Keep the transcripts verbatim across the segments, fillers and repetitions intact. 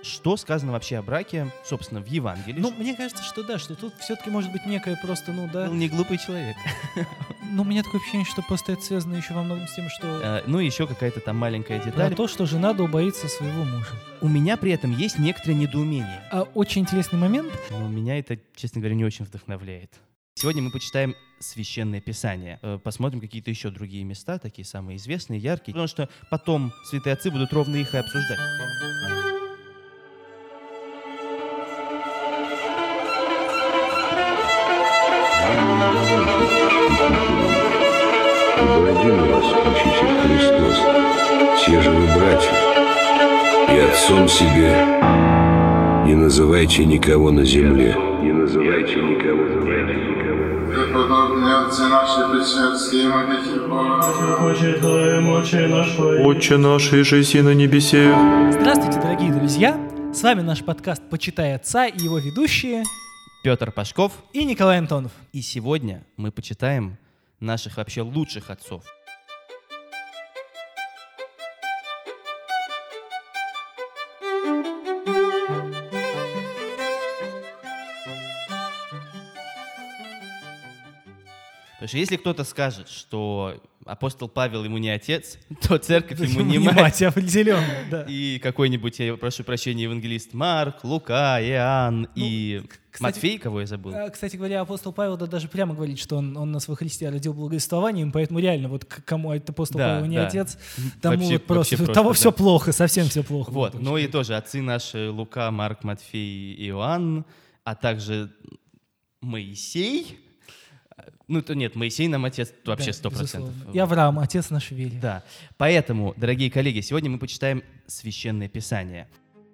что сказано вообще о браке, собственно, в Евангелии. Ну, мне кажется, что да, что тут все-таки может быть некое просто, ну да. Был не глупый человек. Ну, у меня такое ощущение, что просто это связано еще во многом с тем, что... Э, Ну, и еще какая-то там маленькая Про деталь. то, что жена боится своего мужа. У меня при этом есть некоторое недоумение. А очень интересный момент. Но меня это, честно говоря, не очень вдохновляет. Сегодня мы почитаем Священное Писание. Э, Посмотрим какие-то еще другие места, такие самые известные, яркие. Потому что потом святые отцы будут ровно их и обсуждать. Благословен вас, Учитель Христос, все же вы братья, и отцом себе не называйте никого на земле. Не называйте никого, называйте никого. Преподобные отцы наши, пресвятские молитвы Бога. Отче наш, иже на небесе. Здравствуйте, дорогие друзья. С вами наш подкаст «Почитай отца» и его ведущие Петр Пашков. и Николай Антонов. И сегодня мы почитаем наших вообще лучших отцов. Потому что если кто-то скажет, что апостол Павел ему не отец, то церковь ему не мать. Определенно, да. И какой-нибудь, я прошу прощения, евангелист Марк, Лука, Иоанн и кстати, Матфей, кого я забыл. А, Кстати говоря, апостол Павел да, даже прямо говорит, что он, он нас во Христе родил благовествованием, поэтому реально, вот к кому этот апостол Да, Павел не да. отец, тому Вообще- вот просто, вообще того просто, все да. плохо, совсем все плохо. Вот, Вот, ну и очень. тоже отцы наши Лука, Марк, Матфей и Иоанн, а также Моисей. Ну, то нет, Моисей нам отец вообще Да, сто процентов. безусловно. И Авраам, отец нашей веры. Да, поэтому, дорогие коллеги, сегодня мы почитаем Священное Писание.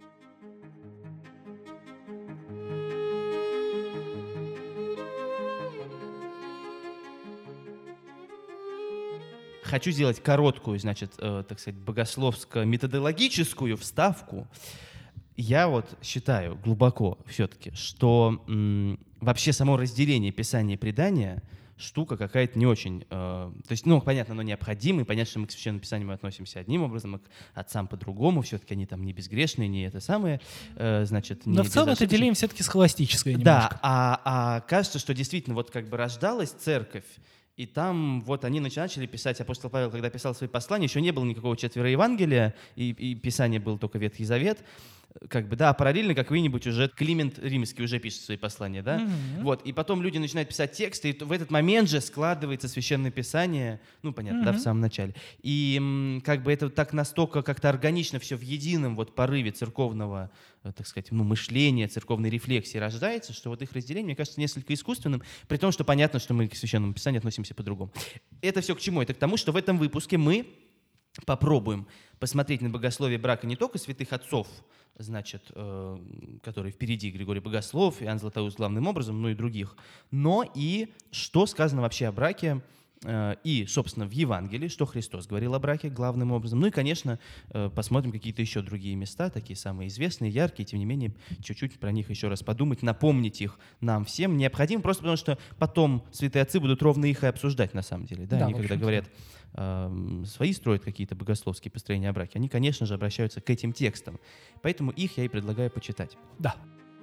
Хочу сделать короткую, значит, э, так сказать, богословско-методологическую вставку. Я вот считаю глубоко все-таки, что м, вообще само разделение Писания и предания штука какая-то не очень... э, то есть, ну, понятно, оно необходимо, и понятно, что мы к Священному Писанию мы относимся одним образом, а к отцам по-другому, все-таки они там не безгрешные, не это самое, э, значит, не Но в целом это безошибочные. деление все-таки схоластическое Да, немножко. а, а кажется, что действительно вот как бы рождалась церковь, и там вот они начали писать, апостол Павел, когда писал свои послания, еще не было никакого четверо Евангелия, и, и Писание был только Ветхий Завет, как бы, да, а параллельно какой-нибудь уже Климент Римский уже пишет свои послания, да, Мгм. вот, и потом люди начинают писать тексты, и в этот момент же складывается Священное Писание, ну, понятно, да, в Мгм. самом начале, и м, как бы это так настолько как-то органично все в едином вот порыве церковного, э, так сказать, ну, мышления, церковной рефлексии рождается, что вот их разделение, мне кажется, несколько искусственным, при том, что понятно, что мы к Священному Писанию относимся по-другому. Это все к чему? Это к тому, что в этом выпуске мы попробуем посмотреть на богословие брака не только святых отцов, значит, э, которые впереди, Григорий Богослов, Иоанн Златоуст главным образом, ну и других, но и что сказано вообще о браке, э, и, собственно, в Евангелии, что Христос говорил о браке главным образом. Ну и, конечно, э, посмотрим какие-то еще другие места, такие самые известные, яркие, тем не менее, чуть-чуть про них еще раз подумать, напомнить их нам всем необходимо, просто потому что потом святые отцы будут ровно их и обсуждать на самом деле. Да, Да, они в когда общем-то. говорят, э, свои строят какие-то богословские построения о браке, они, конечно же, обращаются к этим текстам. Поэтому их я и предлагаю почитать. Да.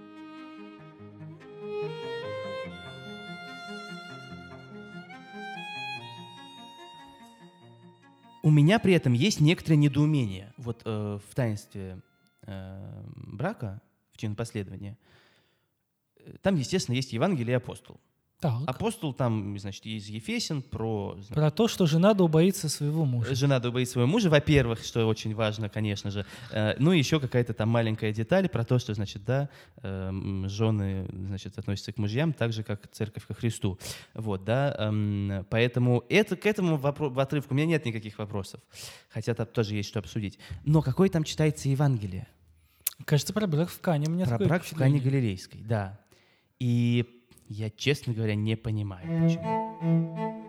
У меня при этом есть некоторое недоумение. Вот э, в таинстве э, брака, в чинопоследовании, э, там, естественно, есть Евангелие и апостол. Так. Апостол там, значит, из Ефесин про... значит, Про то, что жена боится своего мужа. жена боится своего мужа, во-первых, что очень важно, конечно же. Э, ну и еще какая-то там маленькая деталь про то, что, значит, да, э, м, жены, значит, относятся к мужьям так же, как церковь ко Христу. Вот, да. эм, поэтому это, к этому вопро- в отрывку у меня нет никаких вопросов. Хотя там тоже есть что обсудить. Но какое там читается Евангелие? Кажется, про брак в Кане. У меня Про такое брак в Кане впечатление. Галилейской, да. И я, честно говоря, не понимаю, почему.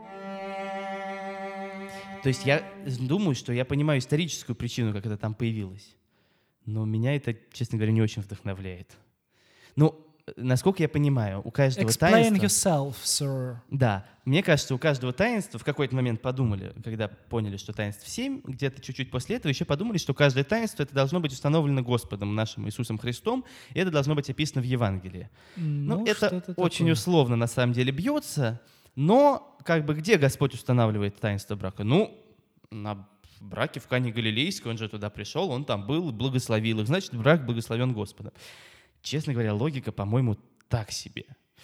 То есть я думаю, что я понимаю историческую причину, как это там появилось. Но меня это, честно говоря, не очень вдохновляет. Ну, насколько я понимаю, у каждого Explain таинства... yourself, sir. Да, мне кажется, у каждого таинства в какой-то момент подумали, когда поняли, что таинств семь, где-то чуть-чуть после этого еще подумали, что каждое таинство это должно быть установлено Господом нашим Иисусом Христом, и это должно быть описано в Евангелии. Ну, Ну, это что-то очень такое. условно на самом деле бьется, но как бы где Господь устанавливает таинство брака? Ну, на браке в Кане Галилейской, он же туда пришел, он там был, благословил их, значит, брак благословен Господом. Честно говоря, логика, по-моему, так себе.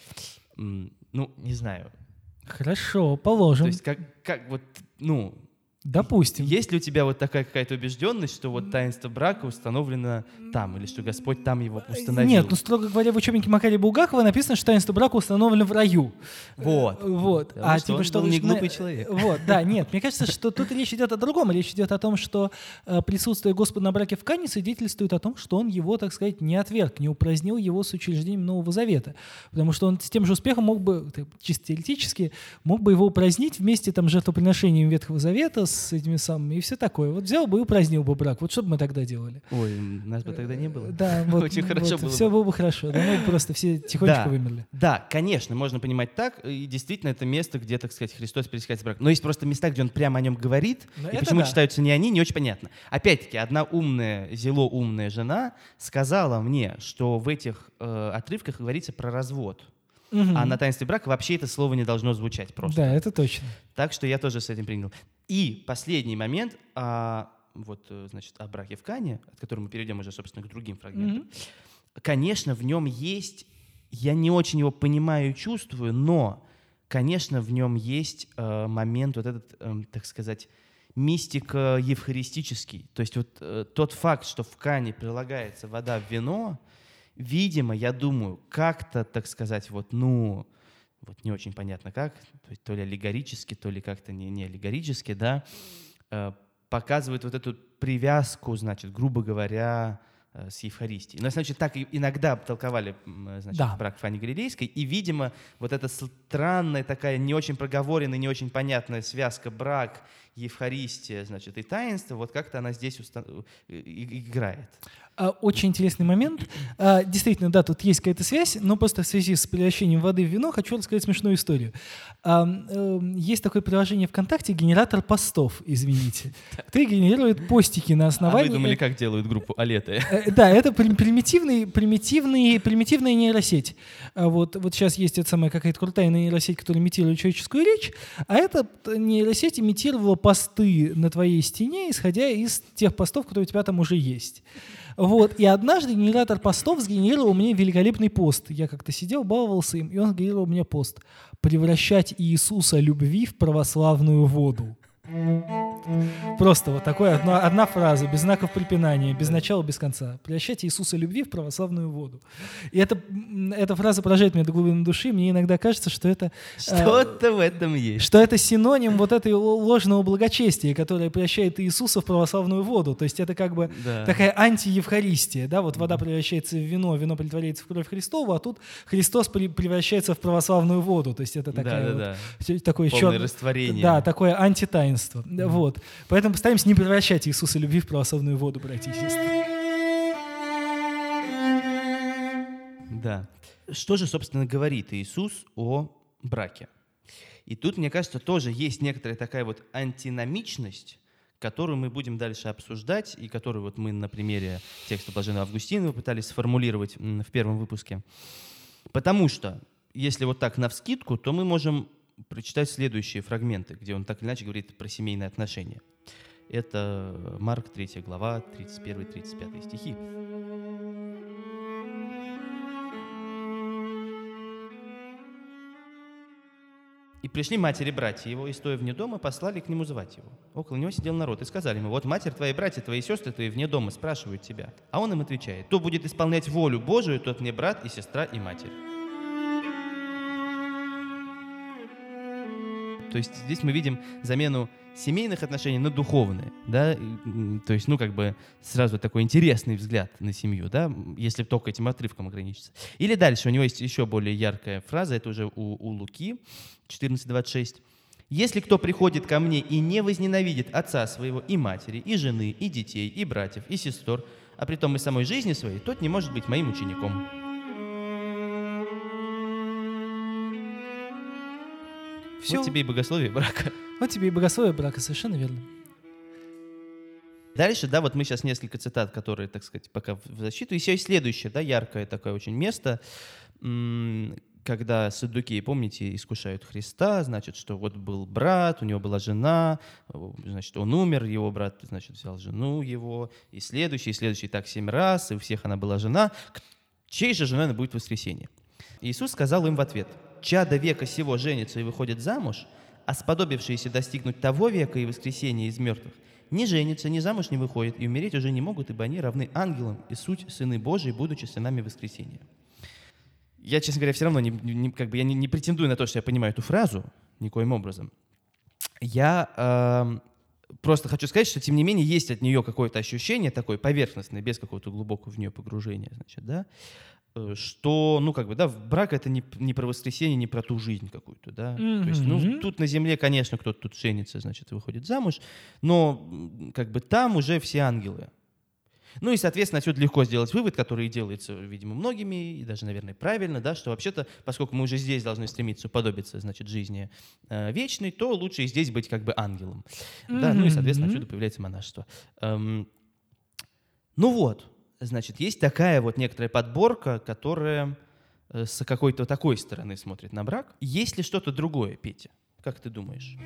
М, Ну, не знаю. Хорошо, То положим. есть как, как вот, ну, Допустим. есть ли у тебя вот такая какая-то убежденность, что вот таинство брака установлено там, или что Господь там его установил? Нет, ну, строго говоря, в учебнике Макария Булгакова написано, что таинство брака установлено в раю. Вот. Э, Вот. Потому что он был вы- не на- глупый человек. Вот, да, нет, мне кажется, что тут речь идет о другом. Речь идет о том, что э, присутствие Господа на браке в Кане свидетельствует о том, что он его, так сказать, не отверг, не упразднил его с учреждением Нового Завета. Потому что он с тем же успехом мог бы, так, чисто теоретически, мог бы его упразднить вместе там, с жертвоприношением Ветхого Завета, с этими самыми, и все такое. Вот взял бы и упразднил бы брак. Вот что бы мы тогда делали? Ой, нас бы тогда не было. Да, вот, Очень хорошо вот, было все бы. было бы хорошо. Да, мы бы просто все тихонечко Да. вымерли. Да, конечно, можно понимать так, и действительно это место, где, так сказать, Христос пересекает брак. Но есть просто места, где он прямо о нем говорит, Ну, и это почему да. читаются не они, не очень понятно. Опять-таки, одна умная, зело умная жена сказала мне, что в этих э, отрывках говорится про развод. Мгм. А на таинстве брака вообще это слово не должно звучать просто. Да, это точно. Так что я тоже с этим принял. И последний момент, а, вот, э, значит, о браке в Кане, от которого мы перейдем уже, собственно, к другим фрагментам. Мгм. Конечно, в нем есть, я не очень его понимаю и чувствую, но, конечно, в нем есть э, момент вот этот, эм, так сказать, мистико-евхаристический. То есть вот э, тот факт, что в Кане прилагается вода в вино, видимо, я думаю, как-то, так сказать, вот, ну, вот не очень понятно как, то, есть, то ли аллегорически, то ли как-то не, не аллегорически, да, э, показывает вот эту привязку, значит, грубо говоря, э, с Евхаристией. Но, значит, так и иногда толковали, м, значит, Да. брак в Фане Галилейской, и, видимо, вот эта странная такая, не очень проговоренная, не очень понятная связка брак, Евхаристия, значит, и таинство, вот как-то она здесь уста- и- и- играет. А, Очень интересный момент. А, Действительно, да, тут есть какая-то связь, но просто в связи с превращением воды в вино хочу рассказать смешную историю. А, эм, Есть такое приложение ВКонтакте «Генератор постов», извините. Который генерирует постики на А основании... вы думали, как делают группу Алеты? Э, Да, это прим- примитивный, примитивный, примитивная нейросеть. А Вот, вот сейчас есть эта самая какая-то крутая нейросеть, которая имитирует человеческую речь, а эта нейросеть имитировала посты на твоей стене, исходя из тех постов, которые у тебя там уже есть. Вот. И однажды генератор постов сгенерировал мне великолепный пост. Я как-то сидел, баловался им, и он сгенерировал мне пост. «Превращать Иисуса любви в православную воду». Просто вот такая одна, одна фраза, без знаков препинания, без начала, без конца. «Превращать Иисуса любви в православную воду». И это, м, эта фраза поражает меня до глубины души. Мне иногда кажется, что это, э, Что-то в этом есть. что это синоним вот этой л- ложного благочестия, которое превращает Иисуса в православную воду. То есть это как бы Да. такая антиевхаристия. Да? Вот вода превращается в вино, вино притворяется в кровь Христову, а тут Христос при- превращается в православную воду. То есть это такая вот, Да-да-да. всё- такое Полное чёр- растворение. Да, такое антитаинство. Вот. Поэтому постараемся не превращать Иисуса любви в православную воду, братья и сестры. Да. Что же, собственно, говорит Иисус о браке? И тут, мне кажется, тоже есть некоторая такая вот антиномичность, которую мы будем дальше обсуждать, и которую вот мы на примере текста Блаженного Августина пытались сформулировать м, в первом выпуске. Потому что, если вот так навскидку, то мы можем прочитать следующие фрагменты, где он так или иначе говорит про семейные отношения. Это Марк, третья глава, тридцать первый тридцать пятый стихи. И пришли матери братья его, и, стоя вне дома, послали к нему звать его. Около него сидел народ, и сказали ему: вот матерь твои, братья твои, сестры твои вне дома спрашивают тебя. А он им отвечает: кто будет исполнять волю Божию, тот мне брат и сестра и матерь. То есть здесь мы видим замену семейных отношений на духовные, да, и, м, то есть, ну, как бы сразу такой интересный взгляд на семью, да, если только этим отрывком ограничиться. Или дальше, у него есть еще более яркая фраза, это уже у, у Луки, четырнадцать двадцать шесть. «Если кто приходит ко мне и не возненавидит отца своего и матери, и жены, и детей, и братьев, и сестер, а притом и самой жизни своей, тот не может быть моим учеником». Все. Вот тебе и богословие брака. Вот тебе и богословие брака, совершенно верно. Дальше, да, вот мы сейчас несколько цитат, которые, так сказать, пока в защиту. Еще есть следующее, да, яркое такое очень место, когда саддукеи, помните, искушают Христа, значит, что вот был брат, у него была жена, значит, он умер, его брат, значит, взял жену его, и следующий, и следующий, так семь раз, и у всех она была жена. Чьей же женой она будет в воскресенье? Иисус сказал им в ответ: «Чадо века сего женится и выходит замуж, а сподобившиеся достигнуть того века и воскресения из мертвых не женятся, ни замуж не выходят, и умереть уже не могут, ибо они равны ангелам, и суть сыны Божии, будучи сынами воскресения». Я, честно говоря, все равно не, не, как бы я не, не претендую на то, что я понимаю эту фразу никоим образом. Я э, просто хочу сказать, что, тем не менее, есть от нее какое-то ощущение такое поверхностное, без какого-то глубокого в нее погружения, значит, да, что, ну, как бы, да, брак — это не, не про воскресенье, не про ту жизнь какую-то, да. Mm-hmm. То есть, ну, тут на земле, конечно, кто-то тут женится, значит, выходит замуж, но, как бы, там уже все ангелы. Ну и, соответственно, отсюда легко сделать вывод, который делается, видимо, многими, и даже, наверное, правильно, да, что вообще-то, поскольку мы уже здесь должны стремиться уподобиться, значит, жизни э, вечной, то лучше и здесь быть как бы ангелом. Mm-hmm. Да, ну и, соответственно, отсюда появляется монашество. Эм, ну вот. Значит, есть такая вот некоторая подборка, которая с какой-то такой стороны смотрит на брак. Есть ли что-то другое, Петя? Как ты думаешь?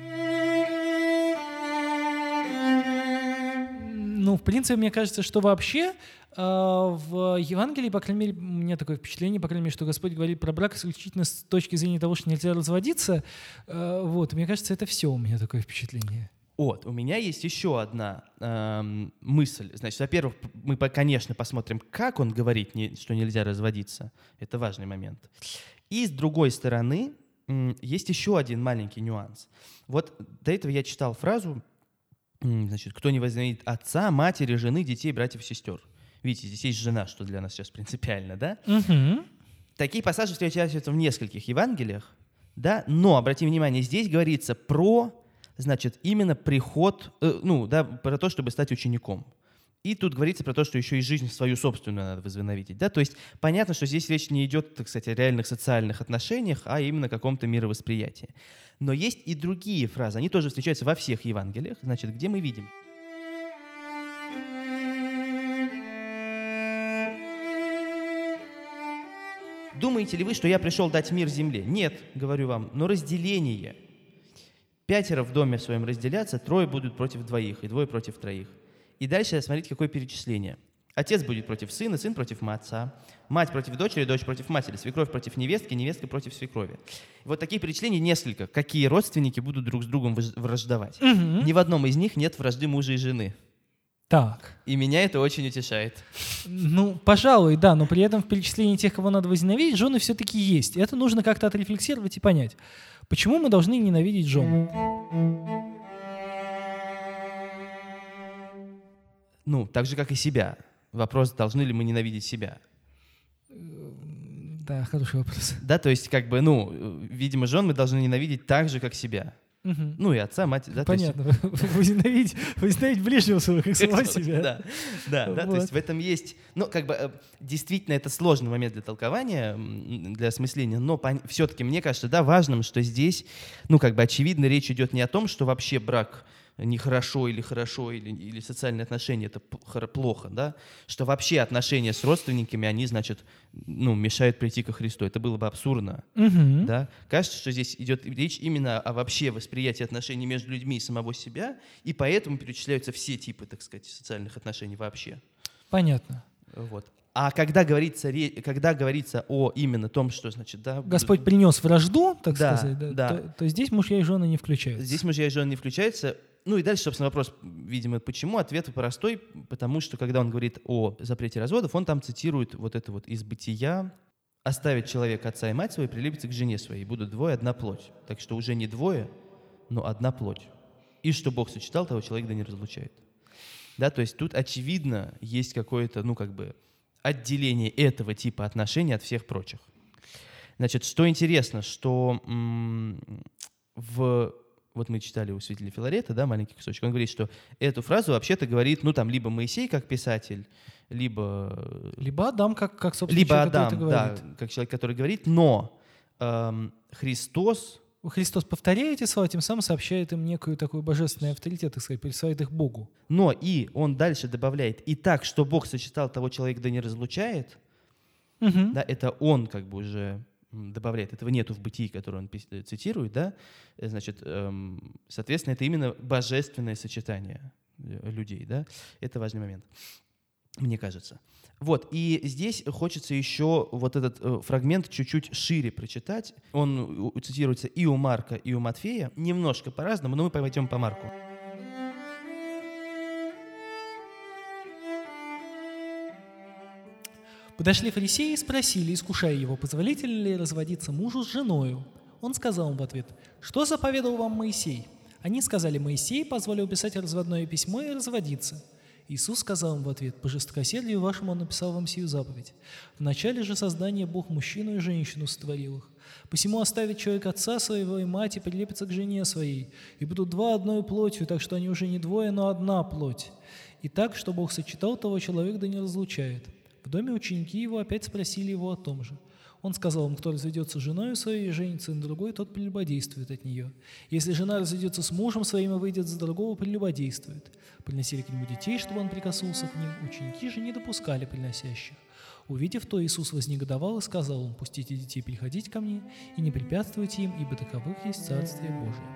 Ну, в принципе, мне кажется, что вообще э, в Евангелии, по крайней мере, у меня такое впечатление, по крайней мере, что Господь говорит про брак исключительно с точки зрения того, что нельзя разводиться. Э, вот, мне кажется, это все у меня такое впечатление. Вот, у меня есть еще одна э, мысль. Значит, во-первых, мы, конечно, посмотрим, как он говорит, не, что нельзя разводиться. Это важный момент. И с другой стороны, э, есть еще один маленький нюанс. Вот до этого я читал фразу, э, значит, кто не возненавидит отца, матери, жены, детей, братьев, сестер. Видите, здесь есть жена, что для нас сейчас принципиально, да? Угу. Такие пассажи встречаются в нескольких Евангелиях, да? Но, обратите внимание, здесь говорится про... Значит, именно приход, э, ну, да, про то, чтобы стать учеником. И тут говорится про то, что еще и жизнь свою собственную надо возненавидеть, да, то есть понятно, что здесь речь не идет, так сказать, о реальных социальных отношениях, а именно о каком-то мировосприятии. Но есть и другие фразы, они тоже встречаются во всех Евангелиях, значит, где мы видим. Думаете ли вы, что я пришел дать мир земле? Нет, говорю вам, но разделение. Пятеро в доме своем разделятся, трое будут против двоих, и двое против троих. И дальше смотрите, какое перечисление. Отец будет против сына, сын против отца, мать против дочери, дочь против матери, свекровь против невестки, невестка против свекрови. Вот таких перечислений несколько. Какие родственники будут друг с другом враждовать. Угу. Ни в одном из них нет вражды мужа и жены. Так. И меня это очень утешает. Ну, пожалуй, да, но при этом в перечислении тех, кого надо возненавидеть, жены все-таки есть. Это нужно как-то отрефлексировать и понять. Почему мы должны ненавидеть жен? Ну, так же, как и себя. Вопрос, должны ли мы ненавидеть себя? Да, хороший вопрос. Да, то есть, как бы, ну, видимо, жен мы должны ненавидеть так же, как себя. Угу. Ну и отца, мать, да. Понятно. Есть... Возненавидеть, возненавидеть ближнего своего, как самого себя. Да, да, да. То есть в этом есть, ну, как бы, действительно, это сложный момент для толкования, для осмысления, но все-таки мне кажется, да, важным, что здесь, ну, как бы, очевидно, речь идет не о том, что вообще брак нехорошо или хорошо, или, или социальные отношения — это плохо, да, что вообще отношения с родственниками, они, значит, ну, мешают прийти ко Христу. Это было бы абсурдно, угу. Да. Кажется, что здесь идет речь именно о вообще восприятии отношений между людьми и самого себя, и поэтому перечисляются все типы, так сказать, социальных отношений вообще. Понятно. Вот. А когда говорится, когда говорится о именно том, что, значит, да... Господь принес вражду, так да, сказать, да, да. То, то здесь мужья и жены не включаются. Здесь мужья и жены не включаются. Ну и дальше, собственно, вопрос, видимо, почему? Ответ простой, потому что, когда он говорит о запрете разводов, он там цитирует вот это вот из Бытия: «Оставит человек отца и мать свою, прилепится к жене своей, и будут двое, одна плоть». Так что уже не двое, но одна плоть. И что Бог сочетал, того человек да не разлучает. Да, то есть тут, очевидно, есть какое-то, ну, как бы, отделение этого типа отношений от всех прочих. Значит, что интересно, что м- в... Вот мы читали у святителя Филарета, да, маленький кусочек, он говорит, что эту фразу вообще-то говорит, ну, там, либо Моисей как писатель, либо... Либо Адам, как, как собственно, либо человек, Адам, который это говорит. Да, как человек, который говорит, но эм, Христос Христос повторяет эти слова, тем самым сообщает им некую такой божественный авторитет, так сказать, присваивает их Богу. Но и он дальше добавляет, и так, что Бог сочетал, того человека да не разлучает, Угу. да, это он как бы уже добавляет, этого нету в Бытии, который он пис- цитирует, да, значит, эм, соответственно, это именно божественное сочетание людей, да, это важный момент, мне кажется. Вот, и здесь хочется еще вот этот э, фрагмент чуть-чуть шире прочитать. Он у- цитируется и у Марка, и у Матфея, немножко по-разному, но мы пойдем по Марку. Подошли фарисеи и спросили, искушая его, позволительно ли разводиться мужу с женою. Он сказал им в ответ: «Что заповедал вам Моисей?» Они сказали: «Моисей позволил писать разводное письмо и разводиться». Иисус сказал им в ответ: «По жестокосердию вашему он написал вам сию заповедь. В начале же создания Бог мужчину и женщину сотворил их. Посему оставит человек отца своего и мать, и прилепится к жене своей, и будут два одной плотью, так что они уже не двое, но одна плоть. И так, что Бог сочетал, того человек да не разлучает». В доме ученики его опять спросили его о том же. Он сказал им: «Кто разведется с женой своей и женится на другой, тот прелюбодействует от нее. Если жена разведется с мужем своим и выйдет за другого, прелюбодействует». Приносили к нему детей, чтобы он прикоснулся к ним. Ученики же не допускали приносящих. Увидев то, Иисус вознегодовал и сказал им: «Пустите детей приходить ко мне, и не препятствуйте им, ибо таковых есть Царствие Божие».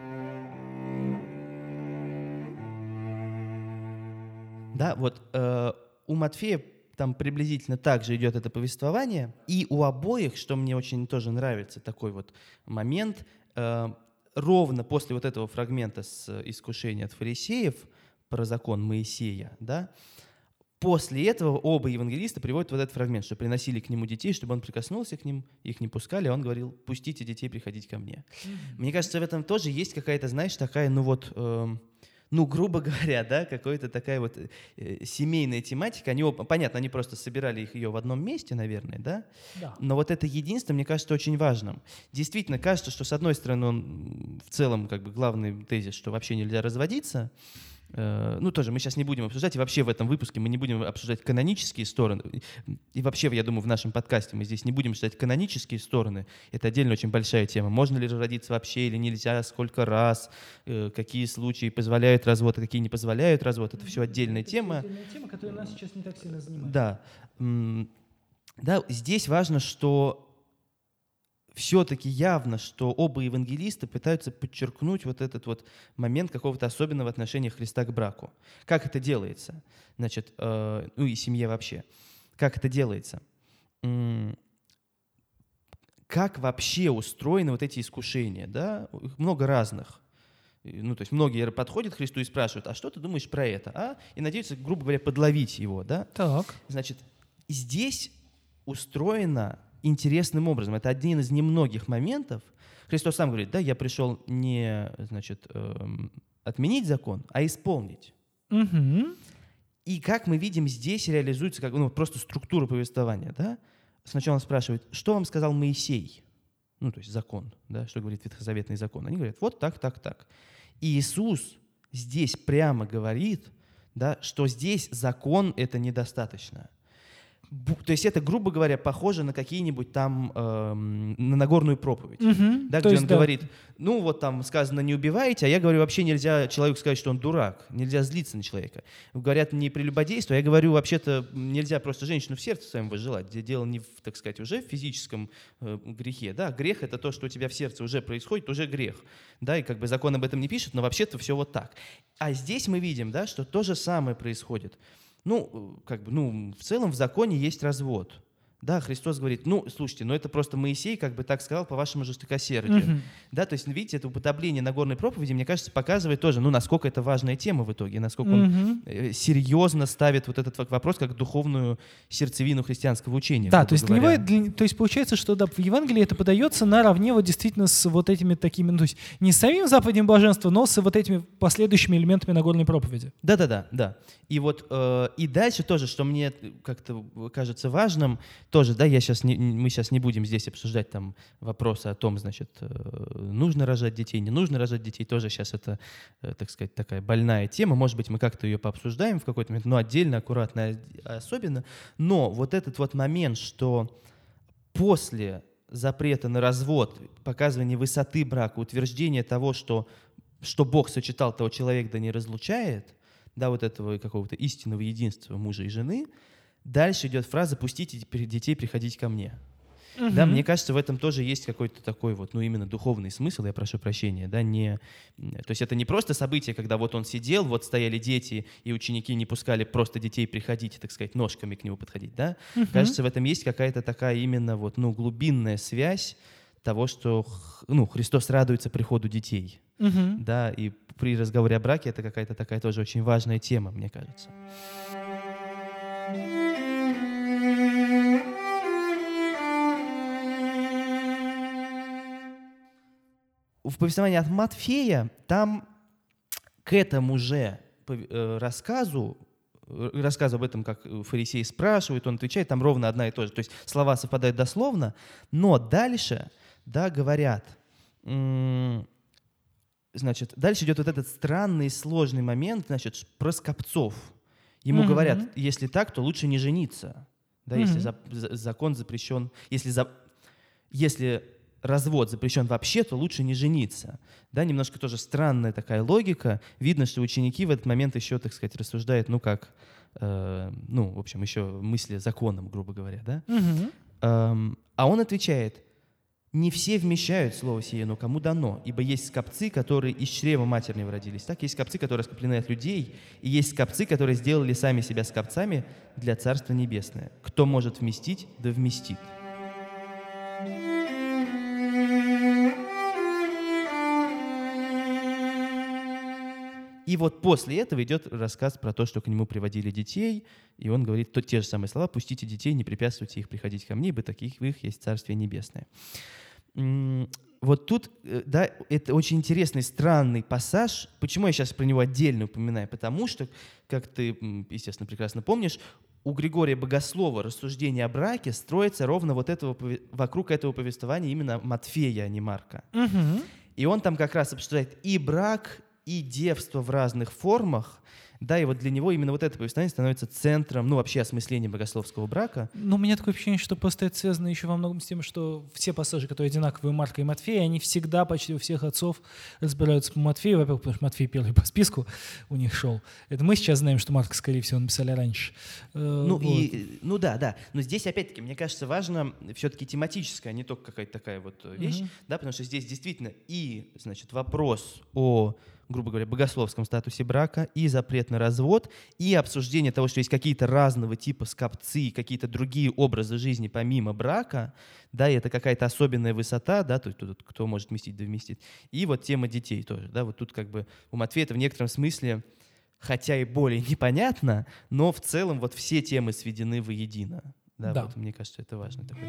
Да, вот э, у Матфея там приблизительно так же идет это повествование, и у обоих, что мне очень тоже нравится, такой вот момент, э, ровно после вот этого фрагмента с искушения от фарисеев про закон Моисея, да, после этого оба евангелиста приводят вот этот фрагмент, что приносили к нему детей, чтобы он прикоснулся к ним, их не пускали, а он говорил: «Пустите детей приходить ко мне». Mm-hmm. Мне кажется, в этом тоже есть какая-то, знаешь, такая, ну вот... Э, ну, грубо говоря, да, какая-то такая вот э, семейная тематика. Они, понятно, они просто собирали их ее в одном месте, наверное, да? Да. Но вот это единство, мне кажется, очень важным. Действительно, кажется, что, с одной стороны, он в целом, как бы, главный тезис, что вообще нельзя разводиться. Э, ну, тоже мы сейчас не будем обсуждать, и вообще в этом выпуске мы не будем обсуждать канонические стороны. И вообще, я думаю, в нашем подкасте мы здесь не будем обсуждать канонические стороны. Это отдельно очень большая тема. Можно ли разводиться вообще или нельзя, сколько раз, э, какие случаи позволяют развод, а какие не позволяют развод. Это все отдельная это тема. отдельная тема, которая нас сейчас не так сильно занимает. Да. Да, здесь важно, что все-таки явно, что оба евангелиста пытаются подчеркнуть вот этот вот момент какого-то особенного отношения Христа к браку. Как это делается? Значит, э, ну и семье вообще. Как это делается? М- как вообще устроены вот эти искушения? Да? Их много разных. Ну, то есть многие подходят к Христу и спрашивают: а что ты думаешь про это? А? И надеются, грубо говоря, подловить его. Да? Так. Значит, здесь устроено интересным образом. Это один из немногих моментов. Христос сам говорит: да, я пришел не, значит, эм, отменить закон, а исполнить. Угу. И как мы видим, здесь реализуется как, ну, просто структура повествования. Да? Сначала он спрашивает: что вам сказал Моисей? Ну, то есть закон, да, что говорит ветхозаветный закон. Они говорят: вот так, так, так. И Иисус здесь прямо говорит, да, что здесь закон — это недостаточно. То есть это, грубо говоря, похоже на какие-нибудь там, эм, на Нагорную проповедь, Угу. да, То где есть, он да. говорит: ну вот там сказано «не убивайте», а я говорю, вообще нельзя человеку сказать, что он дурак, нельзя злиться на человека. Говорят, не прелюбодействуй, а я говорю, вообще-то нельзя просто женщину в сердце своем возжелать. Дело не, в, так сказать, уже в физическом э, грехе, да, грех — это то, что у тебя в сердце уже происходит, уже грех, да, и как бы закон об этом не пишет, но вообще-то все вот так. А здесь мы видим, да, что то же самое происходит. Ну, как бы, ну, в целом в законе есть развод. Да, Христос говорит: ну, слушайте, ну это просто Моисей как бы так сказал по вашему жестокосердию. Мгм. Да, то есть, видите, это уподобление Нагорной проповеди, мне кажется, показывает тоже, ну, насколько это важная тема в итоге, насколько он Мгм. э, серьезно ставит вот этот вопрос как духовную сердцевину христианского учения. Да, грубо то есть, для говоря. него, для- то есть получается, что да, в Евангелии это подается наравне вот действительно с вот этими такими, ну, то есть не с самим заповедью блаженства, но с вот этими последующими элементами Нагорной проповеди. Да-да-да, да. И вот э, и дальше тоже, что мне как-то кажется важным, тоже, да, я сейчас не, мы сейчас не будем здесь обсуждать там вопросы о том, значит, э, нужно рожать детей, не нужно рожать детей, тоже сейчас это, э, так сказать, такая больная тема, может быть, мы как-то ее пообсуждаем в какой-то момент, но отдельно, аккуратно, особенно. Но вот этот вот момент, что после запрета на развод, показывание высоты брака, утверждение того, что, что Бог сочетал, того человека да не разлучает, да, вот этого какого-то истинного единства мужа и жены, дальше идет фраза «пустите детей приходить ко мне». Угу. Да, мне кажется, в этом тоже есть какой-то такой вот, ну, именно духовный смысл, я прошу прощения, да, не... То есть это не просто событие, когда вот он сидел, вот стояли дети, и ученики не пускали просто детей приходить, так сказать, ножками к нему подходить, да. Угу. Кажется, в этом есть какая-то такая именно вот, ну, глубинная связь того, что, ну, Христос радуется приходу детей, угу. да, и при разговоре о браке это какая-то такая тоже очень важная тема, мне кажется. В повествовании от Матфея там к этому же рассказу, рассказу об этом, как фарисеи спрашивают, он отвечает, там ровно одна и та же. То есть слова совпадают дословно, но дальше, да, говорят, значит, дальше идет вот этот странный, сложный момент, значит, про скопцов. Ему mm-hmm. говорят, если так, то лучше не жениться, да, mm-hmm. если за, за, закон запрещен, если, за, если развод запрещен вообще, то лучше не жениться. Да, немножко тоже странная такая логика. Видно, что ученики в этот момент еще, так сказать, рассуждают, ну как, э, ну, в общем, еще мысли законом, грубо говоря, да. Mm-hmm. Эм, а он отвечает, не все вмещают слово сие, но кому дано, ибо есть скопцы, которые из чрева матернего родились. Так, есть скопцы, которые скоплены от людей, и есть скопцы, которые сделали сами себя скопцами для Царства Небесное. Кто может вместить, да вместит. И вот после этого идет рассказ про то, что к нему приводили детей, и он говорит то, те же самые слова: «Пустите детей, не препятствуйте их приходить ко мне, ибо таких в их есть Царствие Небесное». Вот тут, да, это очень интересный, странный пассаж. Почему я сейчас про него отдельно упоминаю? Потому что, как ты, естественно, прекрасно помнишь, у Григория Богослова рассуждение о браке строится ровно вот этого, вокруг этого повествования именно Матфея, а не Марка. Угу. И он там как раз обсуждает и брак, и девство в разных формах, да, и вот для него именно вот это повествование становится центром, ну, вообще осмысления богословского брака. Ну, у меня такое ощущение, что просто это связано еще во многом с тем, что все пассажи, которые одинаковые у Марка и Матфея, они всегда почти у всех отцов разбираются по Матфею, во-первых, потому что Матфей первый по списку у них шел. Это мы сейчас знаем, что Марка, скорее всего, написали раньше. Ну, вот. и, ну да, да. Но здесь, опять-таки, мне кажется, важно все-таки тематическая, а не только какая-то такая вот вещь, угу. да, потому что здесь действительно и, значит, вопрос о, грубо говоря, богословском статусе брака, и запрет на развод, и обсуждение того, что есть какие-то разного типа скопцы, какие-то другие образы жизни помимо брака, да, и это какая-то особенная высота, да, то есть тут кто может вместить, да вместит. И вот тема детей тоже, да, вот тут как бы у Матфея это в некотором смысле, хотя и более непонятно, но в целом вот все темы сведены воедино. Да, да. Вот, мне кажется, это важно. Такое.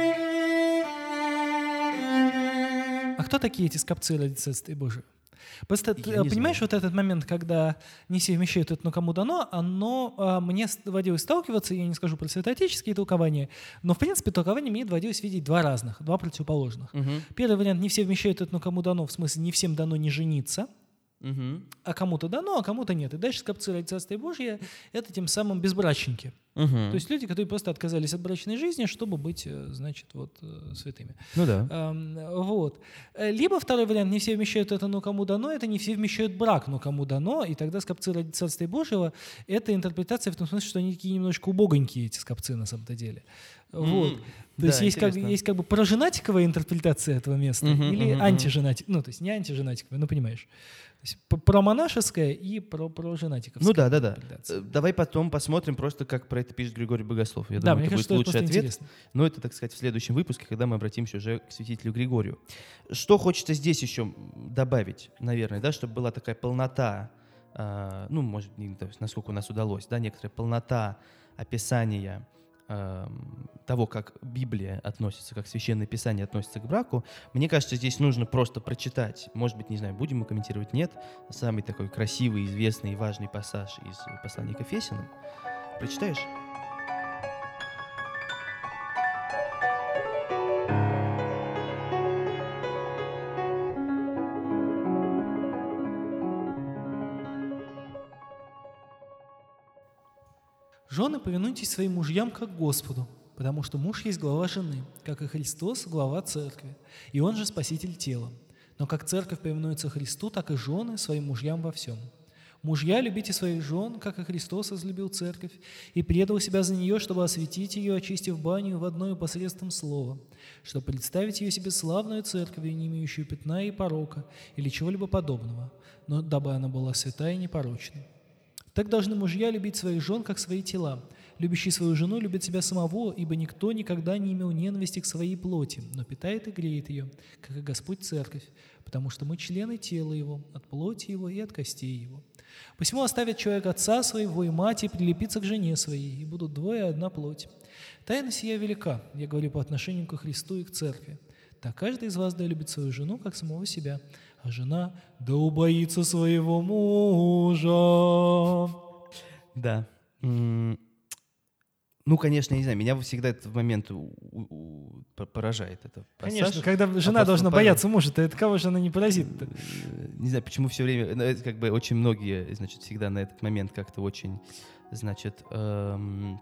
А кто такие эти скопцы ради Царствия Божия? Просто, ты, понимаешь, знаю. Вот этот момент, когда не все вмещают это, но кому дано, оно а, мне доводилось сталкиваться, я не скажу про святоотеческие толкования, но, в принципе, толкования мне доводилось видеть два разных, два противоположных. Угу. Первый вариант — не все вмещают это, но кому дано, в смысле, не всем дано не жениться, угу. а кому-то дано, а кому-то нет. И дальше скопцы ради Царствия Божия — это тем самым безбрачники. Угу. То есть люди, которые просто отказались от брачной жизни, чтобы быть, значит, вот, святыми. Ну да. А, вот. Либо второй вариант — не все вмещают это, но кому дано, это не все вмещают брак, но кому дано, и тогда скопцы ради Царствия Божьего — это интерпретация в том смысле, что они такие немножечко убогонькие, эти скопцы, на самом-то деле. Вот. Mm-hmm. То да, есть есть как, есть как бы проженатиковая интерпретация этого места mm-hmm, или mm-hmm. антиженатиковая, ну, то есть не антиженатиковая, ну, понимаешь. То есть промонашеская и про, проженатиковская. Ну да, да, да. Давай потом посмотрим просто, как про это пишет Григорий Богослов. Я да, думаю, мне это кажется, будет лучший это ответ. Интересно. Но это, так сказать, в следующем выпуске, когда мы обратимся уже к святителю Григорию. Что хочется здесь еще добавить, наверное, да, чтобы была такая полнота, э, ну, может, не, то есть, насколько у нас удалось, да, некоторая полнота описания того, как Библия относится, как Священное Писание относится к браку, мне кажется, здесь нужно просто прочитать, может быть, не знаю, будем мы комментировать, нет, самый такой красивый, известный и важный пассаж из послания к Ефесянам. Прочитаешь? «Жены, повинуйтесь своим мужьям, как Господу, потому что муж есть глава жены, как и Христос глава церкви, и он же спаситель тела. Но как церковь повинуется Христу, так и жены своим мужьям во всем. Мужья, любите своих жен, как и Христос возлюбил церковь, и предал себя за нее, чтобы осветить ее, очистив баню водою посредством слова, чтобы представить ее себе славную церковью, не имеющую пятна и порока, или чего-либо подобного, но дабы она была святая и непорочна. Так должны мужья любить своих жен, как свои тела. Любящий свою жену любит себя самого, ибо никто никогда не имел ненависти к своей плоти, но питает и греет ее, как и Господь церковь, потому что мы члены тела Его, от плоти Его и от костей Его. Посему оставит человек отца своего и мать, и прилепится к жене своей, и будут двое одна плоть. Тайна сия велика, я говорю по отношению к Христу и к церкви. Так каждый из вас да любит свою жену, как самого себя, а жена да убоится своего мужа. Да. Ну, конечно, я не знаю, меня всегда этот момент у, у, поражает. Это конечно, когда жена должна Павел, бояться мужа-то, это кого же она не поразит-то? Не знаю, почему все время, ну, это как бы очень многие, значит, всегда на этот момент как-то очень, значит, эм,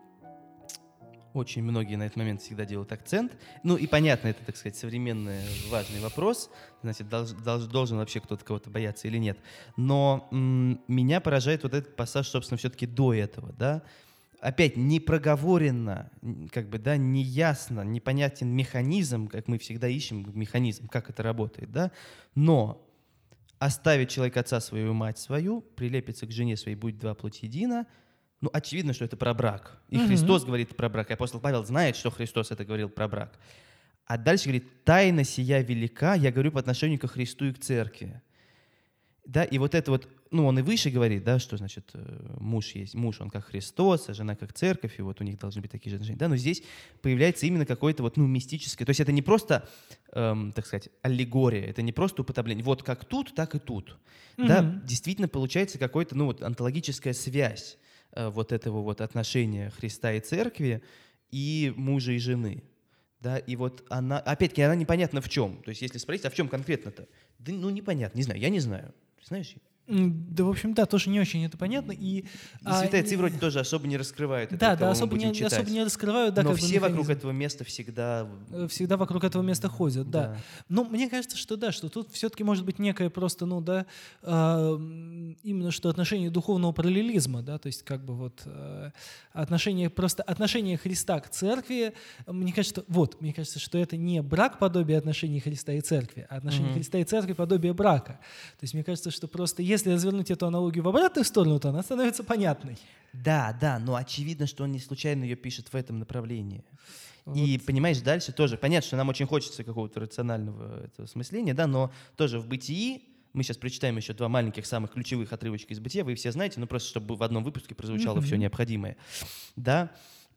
очень многие на этот момент всегда делают акцент. Ну, и понятно, это, так сказать, современный важный вопрос, значит, долж, долж, должен вообще кто-то кого-то бояться или нет. Но м, меня поражает вот этот пассаж, собственно, все-таки до этого, да. Опять не проговорено, как бы, да, неясно, непонятен механизм, как мы всегда ищем механизм, как это работает, да, но оставит человек отца свою и мать свою, прилепится к жене своей, будет два плоть едино, ну, очевидно, что это про брак. И mm-hmm. Христос говорит про брак, и апостол Павел знает, что Христос это говорил про брак. А дальше говорит, тайна сия велика, я говорю по отношению к Христу и к церкви. Да, и вот это вот, ну, он и выше говорит, да, что, значит, муж есть, муж, он как Христос, а жена как церковь, и вот у них должны быть такие же отношения, да, но здесь появляется именно какое-то вот, ну, мистическое, то есть это не просто, эм, так сказать, аллегория, это не просто уподобление, вот как тут, так и тут, mm-hmm. да, действительно получается какой-то, ну, вот онтологическая связь э, вот этого вот отношения Христа и церкви и мужа и жены. Да, и вот она, опять-таки, она непонятна в чем, то есть если спросить, а в чем конкретно-то, да, ну, непонятно, не знаю, я не знаю. Знаешь? Да, в общем, да, тоже не очень это понятно. И, и святые отцы а, вроде тоже особо не раскрывают. Да, это, да, особо не, особо не раскрывают. Да, но как все бы вокруг этого места всегда... Всегда вокруг этого места ходят, да. да. Но мне кажется, что да, что тут все-таки может быть некое просто, ну да, э, именно что отношение духовного параллелизма, да, то есть как бы вот э, отношение, просто отношение Христа к церкви, мне кажется, вот, мне кажется, что это не брак подобие отношений Христа и церкви, а отношение mm-hmm. Христа и церкви подобие брака. То есть мне кажется, что просто если развернуть эту аналогию в обратную сторону, то она становится понятной. Да, да, но очевидно, что он не случайно ее пишет в этом направлении. Вот. И, понимаешь, дальше тоже понятно, что нам очень хочется какого-то рационального этого смысления, да, но тоже в «Бытии», мы сейчас прочитаем еще два маленьких самых ключевых отрывочка из «Бытия», вы все знаете, ну просто чтобы в одном выпуске прозвучало mm-hmm. все необходимое, да.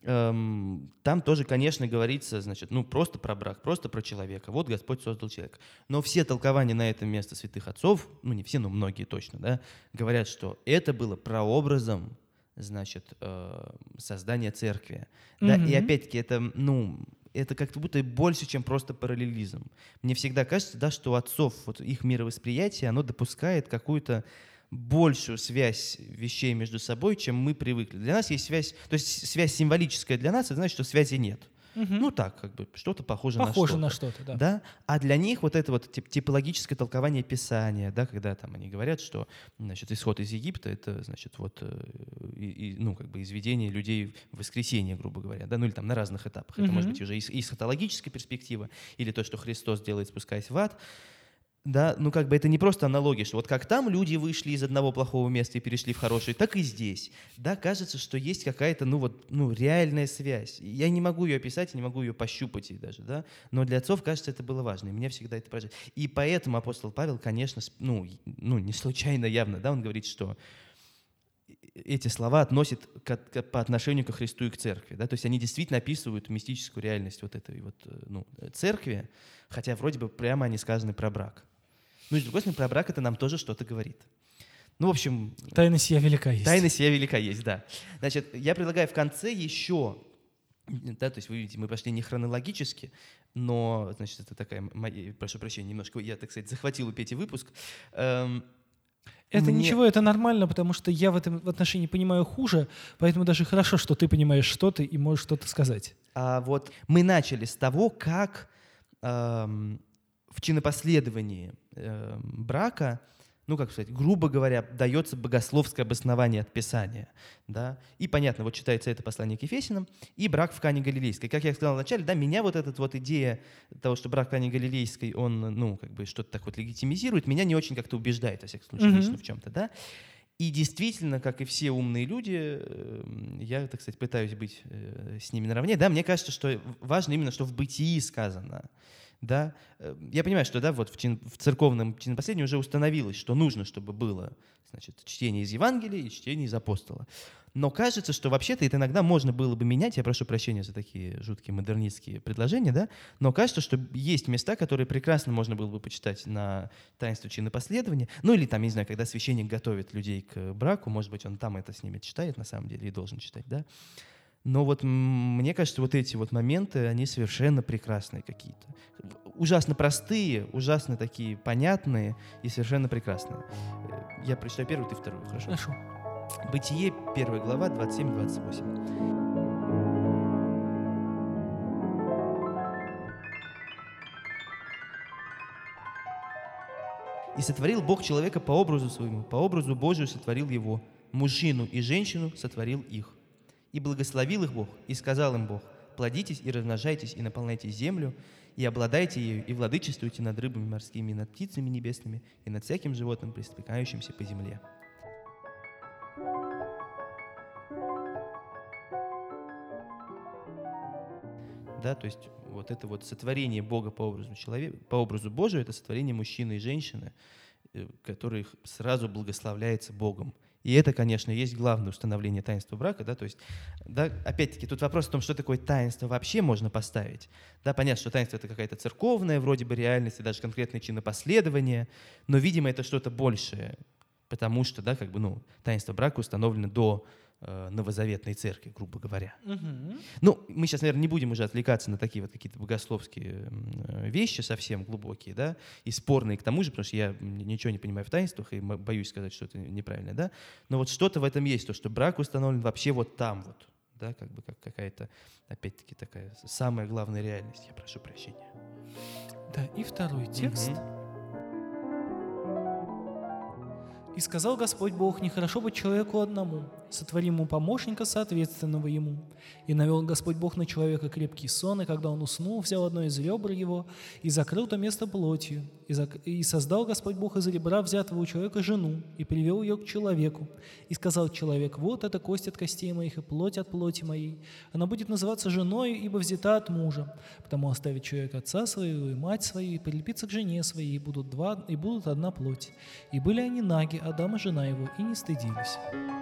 Эм, там тоже, конечно, говорится, значит, ну, просто про брак, просто про человека. Вот Господь создал человека. Но все толкования на это место святых отцов, ну, не все, но многие точно, да, говорят, что это было прообразом, значит, э, создания церкви. Mm-hmm. Да, и опять-таки это, ну, это как-то будто больше, чем просто параллелизм. Мне всегда кажется, да, что у отцов, вот их мировосприятие, оно допускает какую-то большую связь вещей между собой, чем мы привыкли. Для нас есть связь, то есть связь символическая для нас, это значит, что связи нет. Угу. Ну так, как бы что-то похоже, похоже на что-то. на что-то, да. да. А для них вот это вот типологическое толкование Писания, да, когда там они говорят, что, значит, исход из Египта — это, значит, вот, и, и, ну, как бы изведение людей в воскресенье, грубо говоря, да, ну или там на разных этапах. Угу. Это может быть уже и эсхатологическая перспектива, или то, что Христос делает, спускаясь в ад. Да, ну как бы это не просто аналогия, что вот как там люди вышли из одного плохого места и перешли в хорошее, так и здесь. Да, кажется, что есть какая-то, ну вот, ну реальная связь. Я не могу ее описать, не могу ее пощупать и даже, да, но для отцов, кажется, это было важно, и меня всегда это поражает. И поэтому апостол Павел, конечно, ну, ну не случайно явно, да, он говорит, что эти слова относят к, к, по отношению к Христу и к церкви, да, то есть они действительно описывают мистическую реальность вот этой вот, ну, церкви, хотя вроде бы прямо они сказаны про брак. Ну и с другой стороны, про брак это нам тоже что-то говорит. Ну, в общем... Тайна сия велика есть. Тайна сия велика есть, да. Значит, я предлагаю в конце еще... Да, то есть, вы видите, мы пошли не хронологически, но, значит, это такая... Моя, прошу прощения, немножко я, так сказать, захватил у Пети выпуск. Эм, Это мне... ничего, это нормально, потому что я в этом в отношении понимаю хуже, поэтому даже хорошо, что ты понимаешь что-то и можешь что-то сказать. А вот мы начали с того, как эм, в чинопоследовании эм, брака, ну, как сказать, грубо говоря, дается богословское обоснование от Писания. Да? И понятно, вот читается это послание к Ефесянам и брак в Кане Галилейской. Как я сказал вначале, да, меня вот эта вот идея того, что брак в Кане Галилейской, он, ну, как бы что-то так вот легитимизирует, меня не очень как-то убеждает, во всяком случае, Мгм. лично в чем-то, да. И действительно, как и все умные люди, э, я, так сказать, пытаюсь быть э, с ними наравне. Да, мне кажется, что важно именно, что в бытии сказано. Да? Э, Я понимаю, что да, вот в, чин- в церковном чинопоследовании уже установилось, что нужно, чтобы было, значит, чтение из Евангелия и чтение из апостола. Но кажется, что вообще-то это иногда можно было бы менять. Я прошу прощения за такие жуткие модернистские предложения, да? Но кажется, что есть места, которые прекрасно можно было бы почитать на таинство чинопоследования. Ну или там, я не знаю, когда священник готовит людей к браку, может быть, он там это с ними читает на самом деле и должен читать, да? Но вот м, мне кажется, вот эти вот моменты, они совершенно прекрасные какие-то. Ужасно простые, ужасно такие понятные и совершенно прекрасные. Э, Я прочитаю первую, ты вторую, хорошо? Хорошо. Бытие, первая глава, двадцать семь двадцать восемь. «И сотворил Бог человека по образу своему, по образу Божию сотворил его, мужчину и женщину сотворил их. И благословил их Бог, и сказал им Бог: плодитесь и размножайтесь, и наполняйте землю, и обладайте ею, и владычествуйте над рыбами морскими, и над птицами небесными, и над всяким животным, приступающимся по земле». Да, то есть вот это вот сотворение Бога по образу человека, по образу Божию, это сотворение мужчины и женщины, э, которых сразу благословляется Богом. И это, конечно, есть главное установление таинства брака, да, то есть, да, опять-таки, тут вопрос в том, что такое таинство вообще можно поставить. Да, понятно, что таинство — это какая-то церковная вроде бы реальность, и даже конкретные чинопоследования, но, видимо, это что-то большее, потому что, да, как бы, ну, таинство брака установлено до э, новозаветной церкви, грубо говоря. Мгм. Ну, мы сейчас, наверное, не будем уже отвлекаться на такие вот какие-то богословские м, вещи совсем глубокие, да, и спорные к тому же, потому что я м, ничего не понимаю в таинствах и м- боюсь сказать, что это неправильно, да, но вот что-то в этом есть, то, что брак установлен вообще вот там вот, да, как бы как какая-то, опять-таки, такая самая главная реальность, я прошу прощения. Да, и второй текст. Мгм. «И сказал Господь Бог: нехорошо быть человеку одному, сотвори ему помощника, соответственного ему. И навел Господь Бог на человека крепкий сон, и когда он уснул, взял одно из ребр его и закрыл то место плотью. И, зак... и создал Господь Бог из ребра взятого у человека жену, и привел ее к человеку. И сказал человек: вот это кость от костей моих и плоть от плоти моей. Она будет называться женой, ибо взята от мужа. Потому оставит человек отца своего и мать свою, и прилепится к жене своей, и будут, два... и будут одна плоть. И были они наги, Адам и жена его, и не стыдились».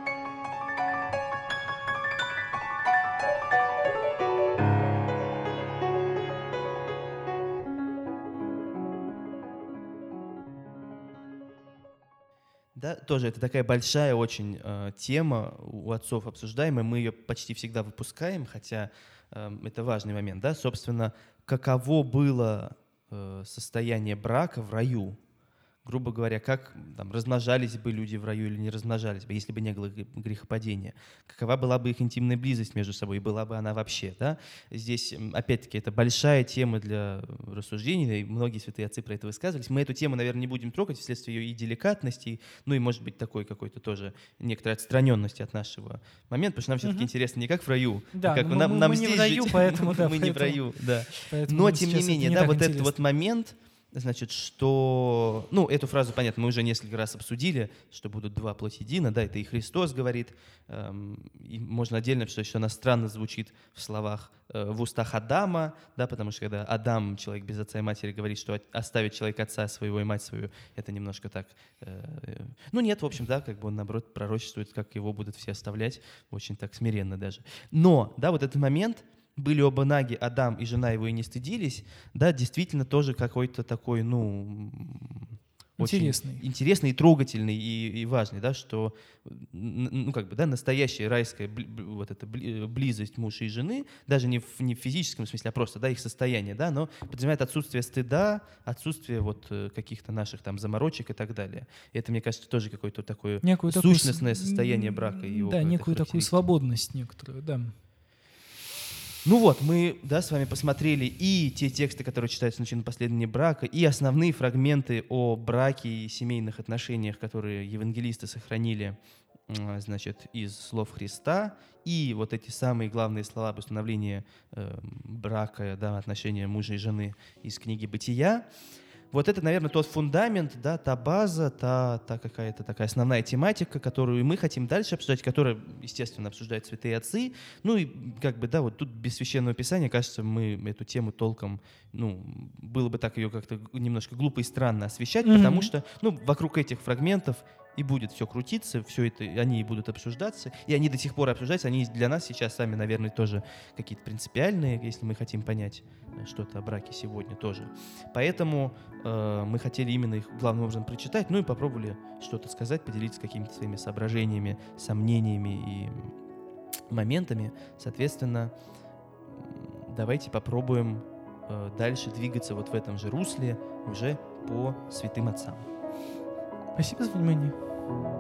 Да, тоже это такая большая очень э, тема у отцов обсуждаемая, мы ее почти всегда выпускаем, хотя э, это важный момент, да, собственно, каково было э, состояние брака в раю, грубо говоря, как там размножались бы люди в раю или не размножались бы, если бы не было грехопадения, какова была бы их интимная близость между собой, и была бы она вообще, да. Здесь, опять-таки, это большая тема для рассуждений, и многие святые отцы про это высказывались. Мы эту тему, наверное, не будем трогать вследствие ее и деликатности, ну и, может быть, такой какой-то тоже некоторой отстраненности от нашего момента, потому что нам все-таки Мгм. интересно не как в раю, Да, а как мы- нам, мы- нам мы не в здесь раю, жить. поэтому, да, мы не в поэтому- раю, да. Поэтому Но, мы тем не сейчас это менее, не да, так вот этот интересно. вот момент, значит, что... Ну, эту фразу, понятно, мы уже несколько раз обсудили, что будут два плоть едино, да, это и Христос говорит, эм, и можно отдельно, что еще она странно звучит в словах, э, в устах Адама, да, потому что когда Адам, человек без отца и матери, говорит, что от- оставит человек отца своего и мать свою, это немножко так... э, э, ну, нет, в общем, да, как бы он, наоборот, пророчествует, как его будут все оставлять, очень так смиренно даже. Но, да, вот этот момент... Были оба наги, Адам и жена его, и не стыдились, да, действительно тоже какой-то такой, ну, м, Интересный. очень интересный и трогательный и, и важный, да, что ну как бы да настоящая райская бли, вот эта близость мужа и жены, даже не в, не в физическом смысле, а просто да их состояние, да, но подразумевает отсутствие стыда, отсутствие вот каких-то наших там заморочек и так далее. И это, мне кажется, тоже какое-то такое некую сущностное такую, состояние брака и его. Да, некую такую свободность некоторую, да. Ну вот, мы, да, с вами посмотрели и те тексты, которые читаются в начале последнего брака, и основные фрагменты о браке и семейных отношениях, которые евангелисты сохранили, значит, из слов Христа, и вот эти самые главные слова об установлении э, брака, да, отношения мужа и жены из книги «Бытия». Вот это, наверное, тот фундамент, да, та база, та, та какая-то такая основная тематика, которую мы хотим дальше обсуждать, которая, естественно, обсуждают святые отцы. Ну и как бы, да, вот тут без Священного Писания, кажется, мы эту тему толком, ну, было бы так ее как-то немножко глупо и странно освещать, mm-hmm. потому что, ну, вокруг этих фрагментов и будет все крутиться, все это, они и будут обсуждаться, и они до сих пор обсуждаются, они для нас сейчас сами, наверное, тоже какие-то принципиальные, если мы хотим понять что-то о браке сегодня тоже. Поэтому э, мы хотели именно их главным образом прочитать, ну и попробовали что-то сказать, поделиться какими-то своими соображениями, сомнениями и моментами. Соответственно, давайте попробуем э, дальше двигаться вот в этом же русле, уже по святым отцам. Спасибо за внимание.